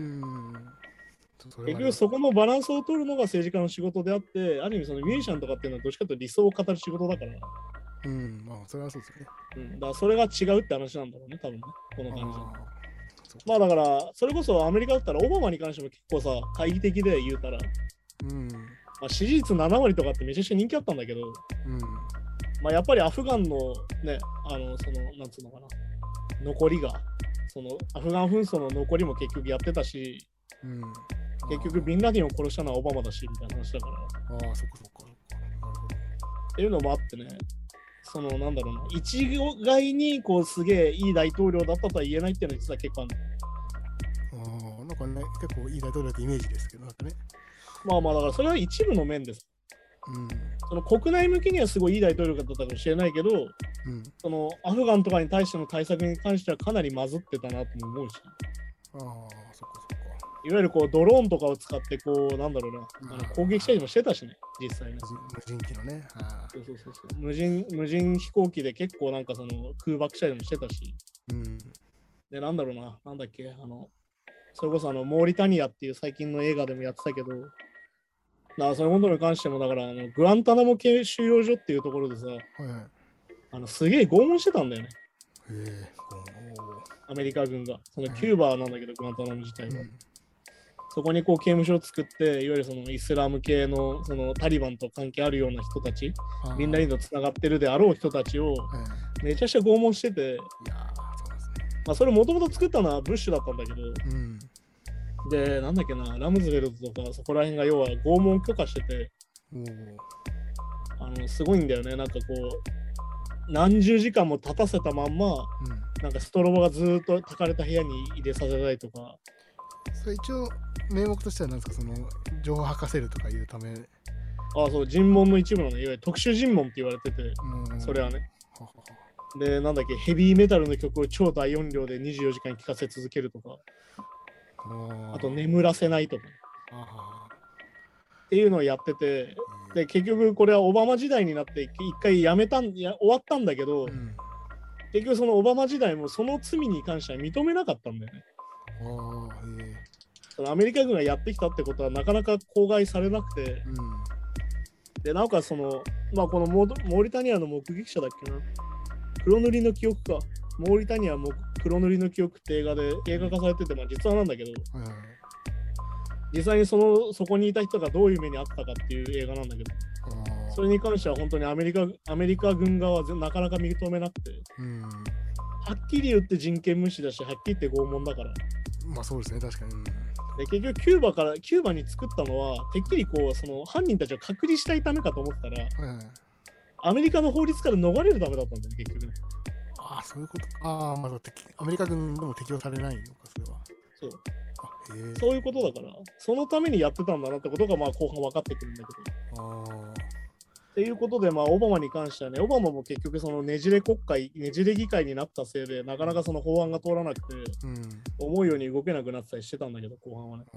結局そこのバランスを取るのが政治家の仕事であって、ある意味そのミュージシャンとかっていうのはどっちかというと理想を語る仕事だから。 うん、まあそれはそうですね。 うん、だからそれが違うって話なんだろうね、多分ね、この感じ。まあだから、それこそアメリカだったらオバマに関しても結構さ、懐疑的で言うたら、うんまあ、支持率なな割とかってめちゃくちゃ人気あったんだけど、うんまあ、やっぱりアフガンのね、あの、その、なんつうのかな、残りが、そのアフガン紛争の残りも結局やってたし、うん、結局ビンラディンを殺したのはオバマだし、みたいな話だから。ああ、そっかそっか。なるほど。っていうのもあってね、そのなんだろうな、一概にこうすげえいい大統領だったとは言えないっていうのは実は結構ある。 ああ、なんかね、結構いい大統領ってイメージですけど、なんかね。 まあまあ、だからそれは一部の面です。うん、その国内向けにはすごいいい大統領だったかもしれないけど、うん、そのアフガンとかに対しての対策に関してはかなりまずってたなと思うし。ああ、そっかそっか。いわゆるこうドローンとかを使ってこうなんだろうな、あの攻撃したりもしてたしね、実際ね。 無人機のね。 そうそうそうそう無人。無人飛行機で結構なんかその空爆したりもしてたし。うん、で、なんだろうな、なんだっけ、あの、それこそあのモーリタニアっていう最近の映画でもやってたけど、だからそういうことに関しても、だからあのグアンタナモ系収容所っていうところでさ、はいはい、あのすげえ拷問してたんだよね。へえ、アメリカ軍が。そのキューバなんだけど、グアンタナモ自体は。うんそこにこう刑務所を作って、いわゆるそのイスラム系のそのタリバンと関係あるような人たち、みんなにとつながってるであろう人たちをめちゃくちゃ拷問してて、いやそうですね、まあそれもともと作ったのはブッシュだったんだけど、うん、で、なんだっけな、ラムズベルトとかそこら辺が要は拷問許可してて、あのすごいんだよね、なんかこう、何十時間も立たせたまんま、うん、なんかストロボがずっと焚かれた部屋に入れさせたりとか。 それ一応名目としては何ですか、その情報を吐かせるとかいうため。 ああ、そう、尋問の一部なの、いわゆる特殊尋問って言われてて、それはね。はははで、なんだっけ、ヘビーメタルの曲を超大音量でにじゅうよじかん聴かせ続けるとか、あと眠らせないとか、っていうのをやってて、で、結局これはオバマ時代になって一回やめたんや、終わったんだけど、うん、結局そのオバマ時代もその罪に関しては認めなかったんだよね。あえそのアメリカ軍がやってきたってことはなかなか口外されなくて、うん、でなおかつその、まあ、このモーリタニアの目撃者だっけな、黒塗りの記憶か、モーリタニアも黒塗りの記憶って映画で映画化されてて、まあ、実話なんだけど、うん、実際にそのそこにいた人がどういう目にあったかっていう映画なんだけど、うん、それに関しては本当にアメリカアメリカ軍側はなかなか認めなくて、うん、はっきり言って人権無視だし、はっきり言って拷問だから。 まあそうですね、確かに。うんで結局キューバからキューバに作ったのはてっきりこうその犯人たちを隔離したいためかと思ったら、はいはい、アメリカの法律から逃れるためだったんだよね、結局ね。 ああ、そういうこと。ああ、まあアメリカ軍でも適用されないのか、それは。 そうあへそういうことだから、そのためにやってたんだなってことがまあ後半分かってくるんだけど。あっていうことで、まあ、オバマに関してはね、オバマも結局そのねじれ国会、ねじれ議会になったせいで、なかなかその法案が通らなくて、うん、思うように動けなくなってたりしてたんだけど、後半はね。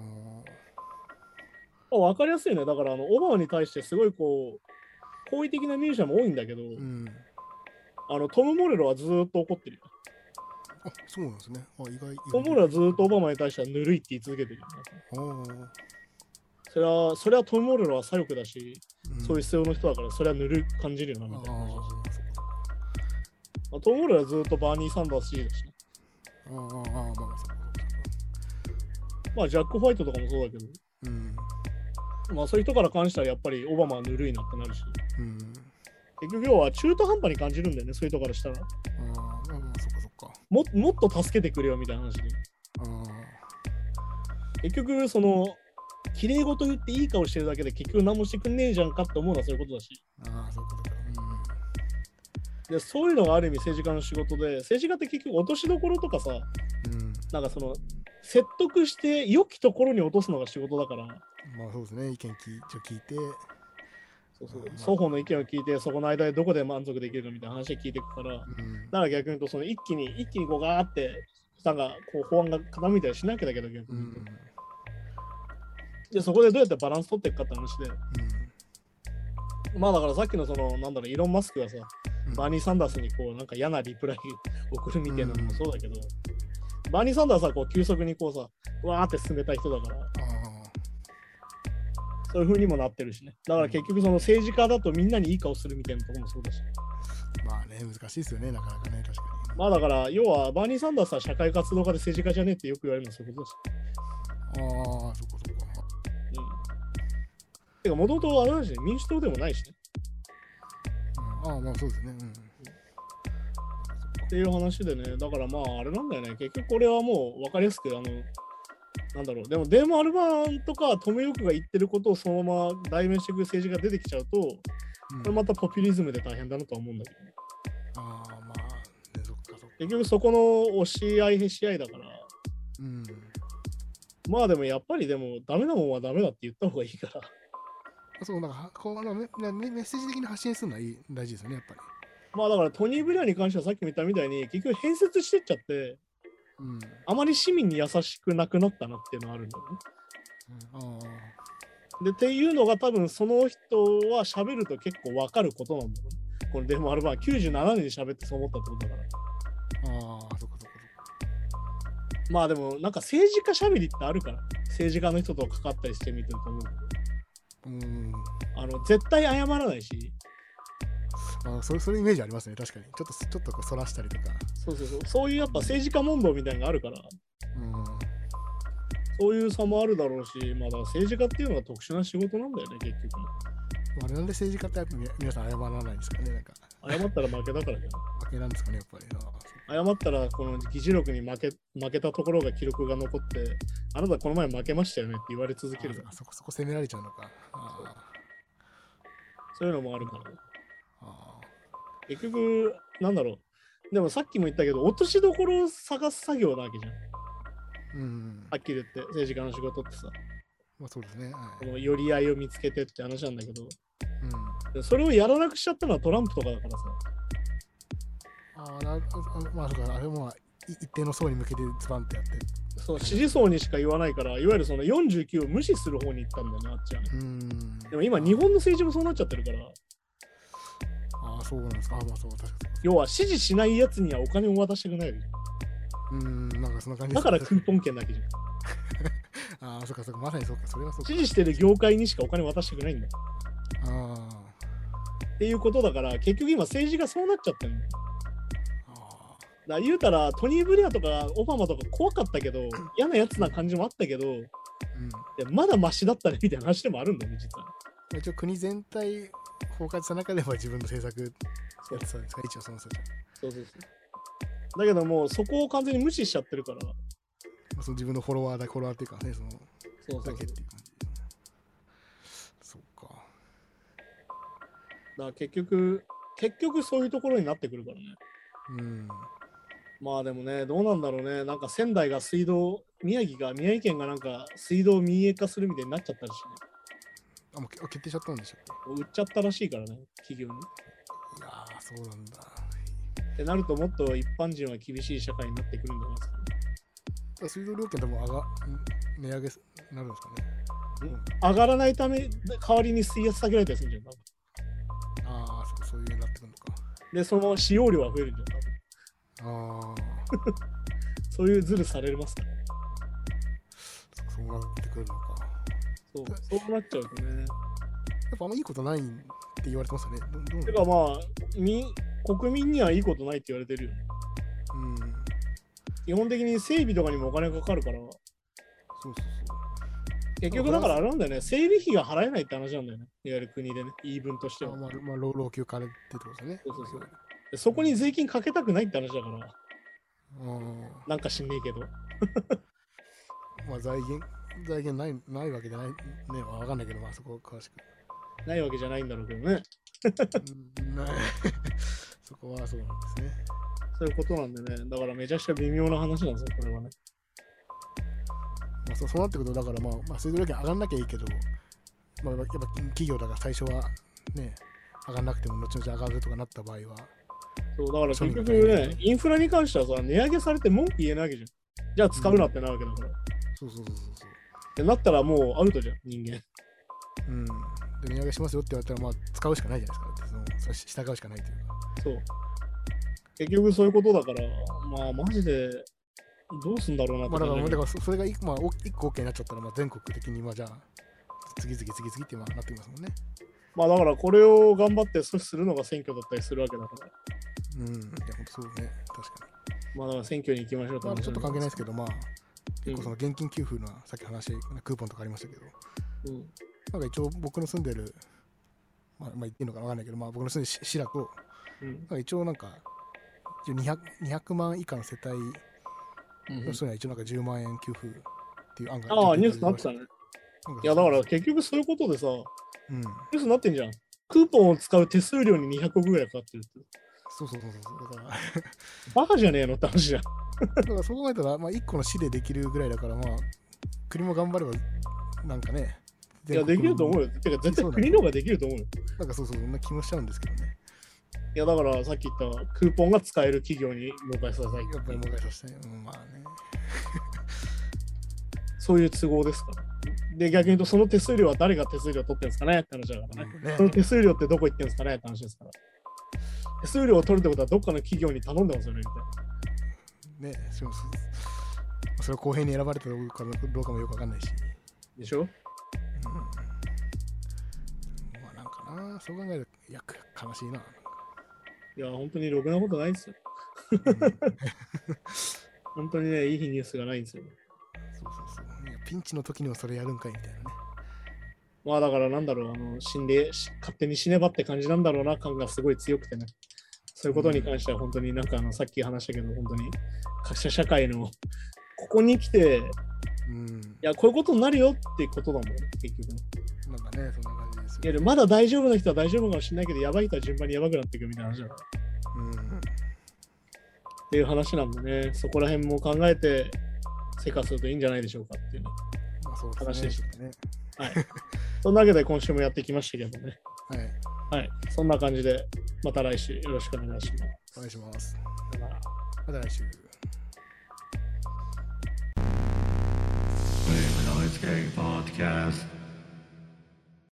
わかりやすいね。だからあの、オバマに対してすごいこう、好意的なミュージシャンも多いんだけど、うん、あのトム・モレロはずっと怒ってるよ。 あ、そうなんですね。あ、意外、意外トム・モレロはずっとオバマに対してはぬるいって言い続けてるよ、ね。それは、それはトム・モレロは左翼だし、うん、そういう必要の人だから、それはぬるく感じるよな、みたいな話だし。まあ、トム・モレロはずっとバーニー・サンダース C だしね。ああ、まあ、まあ、まあ、ジャック・ホワイトとかもそうだけど。うん。 まあそういう人から関してはやっぱりオバマはぬるいなってなるし、 うん、 結局要は中途半端に感じるんだよね、そういう人からしたら。ああ、まあ、そっかそっか。 ももっと助けてくれよみたいな話で。あ結局その綺麗事言っていい顔してるだけで結局何もしてくんねえじゃんかって思うのはそういうことだし。 ああ、そういうことか。 うん、でそういうのがある意味政治家の仕事で、政治家って結局落としどころとかさ、うん、なんかその説得して良きところに落とすのが仕事だから。 まあそうですね、意見聞いて、 そうそう、双方の意見を聞いて、そこの間でどこで満足できるかみたいな話を聞いていくから、うん、だから逆に言うと、その一気に、一気にこうガーって、なんかこう法案が傾いたりしなきゃだけど、逆に言うと。うん、で、そこでどうやってバランス取っていくかって話で。うん、まあだからさっきのその、なんだろう、イーロン・マスクがさ、うん、バーニー・サンダースにこう、なんか嫌なリプライ送るみたいなのもそうだけど、うん、バーニー・サンダースはこう急速にこうさ、わーって進めた人だから。そういう風にもなってるしね。だから結局その政治家だとみんなにいい顔するみたいなところもそうだし。 まあね、難しいですよね、なかなかね、確かに。 まあだから、要はバーニー・サンダースは社会活動家で政治家じゃねえってよく言われるのはそういうことだし。 ああ、そこそこ。 うん。てか、もともとあれだし、ね、民主党でもないしね。 うん、ああ、まあそうですね。うん。 っていう話でね、だからまああれなんだよね、結局これはもう分かりやすく、あの、なんだろう、でもデーモ・アルバーンとかトム・ヨークが言ってることをそのまま代弁していく政治が出てきちゃうと、うん、これまたポピュリズムで大変だなとは思うんだけどね。 ああ、まあ、ね、そっかそっか。 結局そこの押し合いへし合いだから、うん、まあでもやっぱりでもダメなもんはダメだって言った方がいいから。 そう、なんかこうメメッセージ的に発信するのはいい大事ですよね、やっぱり。 まあだからトニー・ブレアに関してはさっきも言ったみたいに結局変節してっちゃって、うん、あまり市民に優しくなくなったなっていうのはあるんだよね。うん、あでっていうのが多分その人は喋ると結構分かることなんだよね。これでもあればきゅうじゅうななねんに喋ってそう思ったってことだから。ああ、そこそこそこ。まあでもなんか政治家喋りってあるから、政治家の人と関わったりしてみてると思うけど。うん。あの絶対謝らないし。 あそれそういうイメージありますね、確かに。ちょっとちょっとこうそらしたりとか。 そうそうそう。そういうやっぱ政治家問答みたいなのがあるから。うん。そういう差もあるだろうし、まあ、だ政治家っていうのは特殊な仕事なんだよね、結局。 あれなんで政治家って皆さん謝らないんですかね、なんか。 謝ったら負けだからね。 負けなんですかね、やっぱり。 謝ったら、この議事録に負け負けたところが記録が残って、あなたこの前負けましたよねって言われ続ける。 あそこそこ責められちゃうのか。あそういうのもあるからね。あ結局、なんだろう。でもさっきも言ったけど、落としどころを探す作業なわけじゃん。うん、はっきり言って政治家の仕事ってさ、 まあそうですね、はい、 この寄り合いを見つけてって話なんだけど、うん、それをやらなくしちゃったのはトランプとかだからさ。 ああ、なまあそうか、あれも一定の層に向けてズバンってやって。 そう、支持層にしか言わないから、いわゆるそのよんじゅうきゅうを無視する方に行ったんだよね、あっちはね。うんでも今、日本の政治もそうなっちゃってるから。 ああ、そうなんですか。あまあそう、確かに。 要は支持しないやつにはお金を渡したくないわけじゃん。 うん、なんかそんな感じだからクーポン券だけじゃん。ああ、そっかそっか、まさにそうか、それはそうか。 支持してる業界にしかお金渡したくないんだ。ああ。っていうことだから、結局今政治がそうなっちゃってるの。ああ。だから言うたら、トニー・ブレアとかオバマとか怖かったけど、嫌なやつな感じもあったけど、うん、まだマシだったねみたいな話でもあるんだよね、実は。 一応国全体包括した中では自分の政策やってたんですか、一応その人じゃ。そうそうそう。だけどもうそこを完全に無視しちゃってるから。その自分のフォロワーだ、フォロワーっていうかね、そのそうそうそうだけっていう感じ。そうか。だから結局、結局そういうところになってくるからね。うん。まあでもね、どうなんだろうね。なんか仙台が水道、宮城が、宮城県がなんか水道民営化するみたいになっちゃったりしね。 あ、もう決定しちゃったんでしょう。売っちゃったらしいからね、企業に。いやー、そうなんだ。 ってなるともっと一般人は厳しい社会になってくるんじゃないですかね。 水道料金でも上が値上げなるんですかね、 うん、上がらないため代わりに水圧下げられたりするんじゃん。 ああ、そう、そういうなってくるのか。 で、その使用量は増えるんじゃん。ああ。そういうズルされますから、ね。 そうなってくるのか。 そう、そうなっちゃうとね。やっぱあんまいいことないって言われてますよね。どどうてかまあ、み国民にはいいことないって言われてるよね。うん。基本的に整備とかにもお金かかるから。そうそうそう。 結局だからあれなんだよね、整備費が払えないって話なんだよね。いわゆる国でね、言い分としては。 まあ、まあ、老老朽化でってことですね。 そうそうそう。でそこに税金かけたくないって話だから。 うん。 なんか知んねえけど。 まあ財源、財源ないないわけじゃないね。わかんないけど、まあそこ詳しく。 ないわけじゃないんだろうけどね。 うんないそこはそうなんですね。 そういうことなんでね。だからめちゃくちゃ微妙な話なんですよ、これはね。 まあ、そうそうなってくると、だからまあ、まあ、水道料金上がんなきゃいいけど、まあ、やっぱ企業だから最初はね、上がんなくても後々上がるとかなった場合は。 そう、だから結局ね、インフラに関してはさ、値上げされて文句言えないわけじゃん。じゃあ使うなってなるわけだから。うん、 そうそうそうそう。 ってなったらもうアウトじゃん、人間。 うん。で、値上げしますよって言われたら、まあ、使うしかないじゃないですか。そのそれ従うしかないというか。 そう。結局そういうことだから、まあ、マジで、どうすんだろうなと。 まあ、だから、だからそれが一、まあ、一個 OK になっちゃったら、まあ、全国的に、まあ、じゃあ、次々次々ってまあなってきますもんね。 まあ、だからこれを頑張って阻止するのが選挙だったりするわけだから。 うん、いや、ほんとそうね、確かに。 まあ、だから選挙に行きましょうと、 まあ、ちょっと関係ないですけど、まあ、結構その現金給付の、さっき話、クーポンとかありましたけど、うん、なんか一応僕の住んでる、まあ、まあ言っていいのかわかんないけど、まあ僕の住んでる市だと、うん、なんか一応なんか、にひゃく, にひゃくまん以下の世帯の人には一応なんかじゅうまんえん給付っていう案が、 ああ、ニュースになってたね。いや、だから結局そういうことでさ、うん、ニュースになってんじゃん。クーポンを使う手数料ににひゃくおくぐらいかかってるって。 そうそうそうそう。だからバカじゃねえのって話じゃん。 だからそう考えたら、まあ、いっこの市でできるぐらいだから、まあ、国も頑張れば、なんかね。 いや、できると思うよ。てか、絶対国の方ができると思うよ。 なんかそうそう、そんな気もしちゃうんですけどね。 いや、だからさっき言ったクーポンが使える企業に儲かりさせたい。 やっぱり儲かりさせたい。うん、まあね。 そういう都合ですから。で、逆に言うと、その手数料は誰が手数料取ってるんですかねって話だからね。うんね、その手数料ってどこ行ってるんですかねって話ですから。手数料を取るってことはどっかの企業に頼んでますよねみたいな。 ねえ、それは公平に選ばれたどうかどうかもよくわかんないし。 でしょ、うん、 まあなんかな、そう考えると、いや、悲しいな。 いや、本当にろくなことないですよ。うん、本当にね、いいニュースがないんですよ。 そうそうそう。いや、ピンチの時にもそれやるんかいみたいなね。 まあだからなんだろう、あの死んで勝手に死ねばって感じなんだろうな感がすごい強くてね。そういうことに関しては本当になんかあのさっき話したけど、本当に格差社会のここに来て、うん、いや、こういうことになるよってことだもんね、結局。 なんかね、そんな感じですよ、 ね。いや、まだ大丈夫な人は大丈夫かもしれないけど、やばい人は順番にやばくなっていくみたいな話だから。うん。っていう話なんでね、そこら辺も考えて生活するといいんじゃないでしょうかっていう、ね、 まあそうですね、 話でしたね。 はい。そんなわけで今週もやってきましたけどね。 はい。 はい。そんな感じで、また来週よろしくお願いします。 お願いします。 また来週。 Noise Gang Podcast.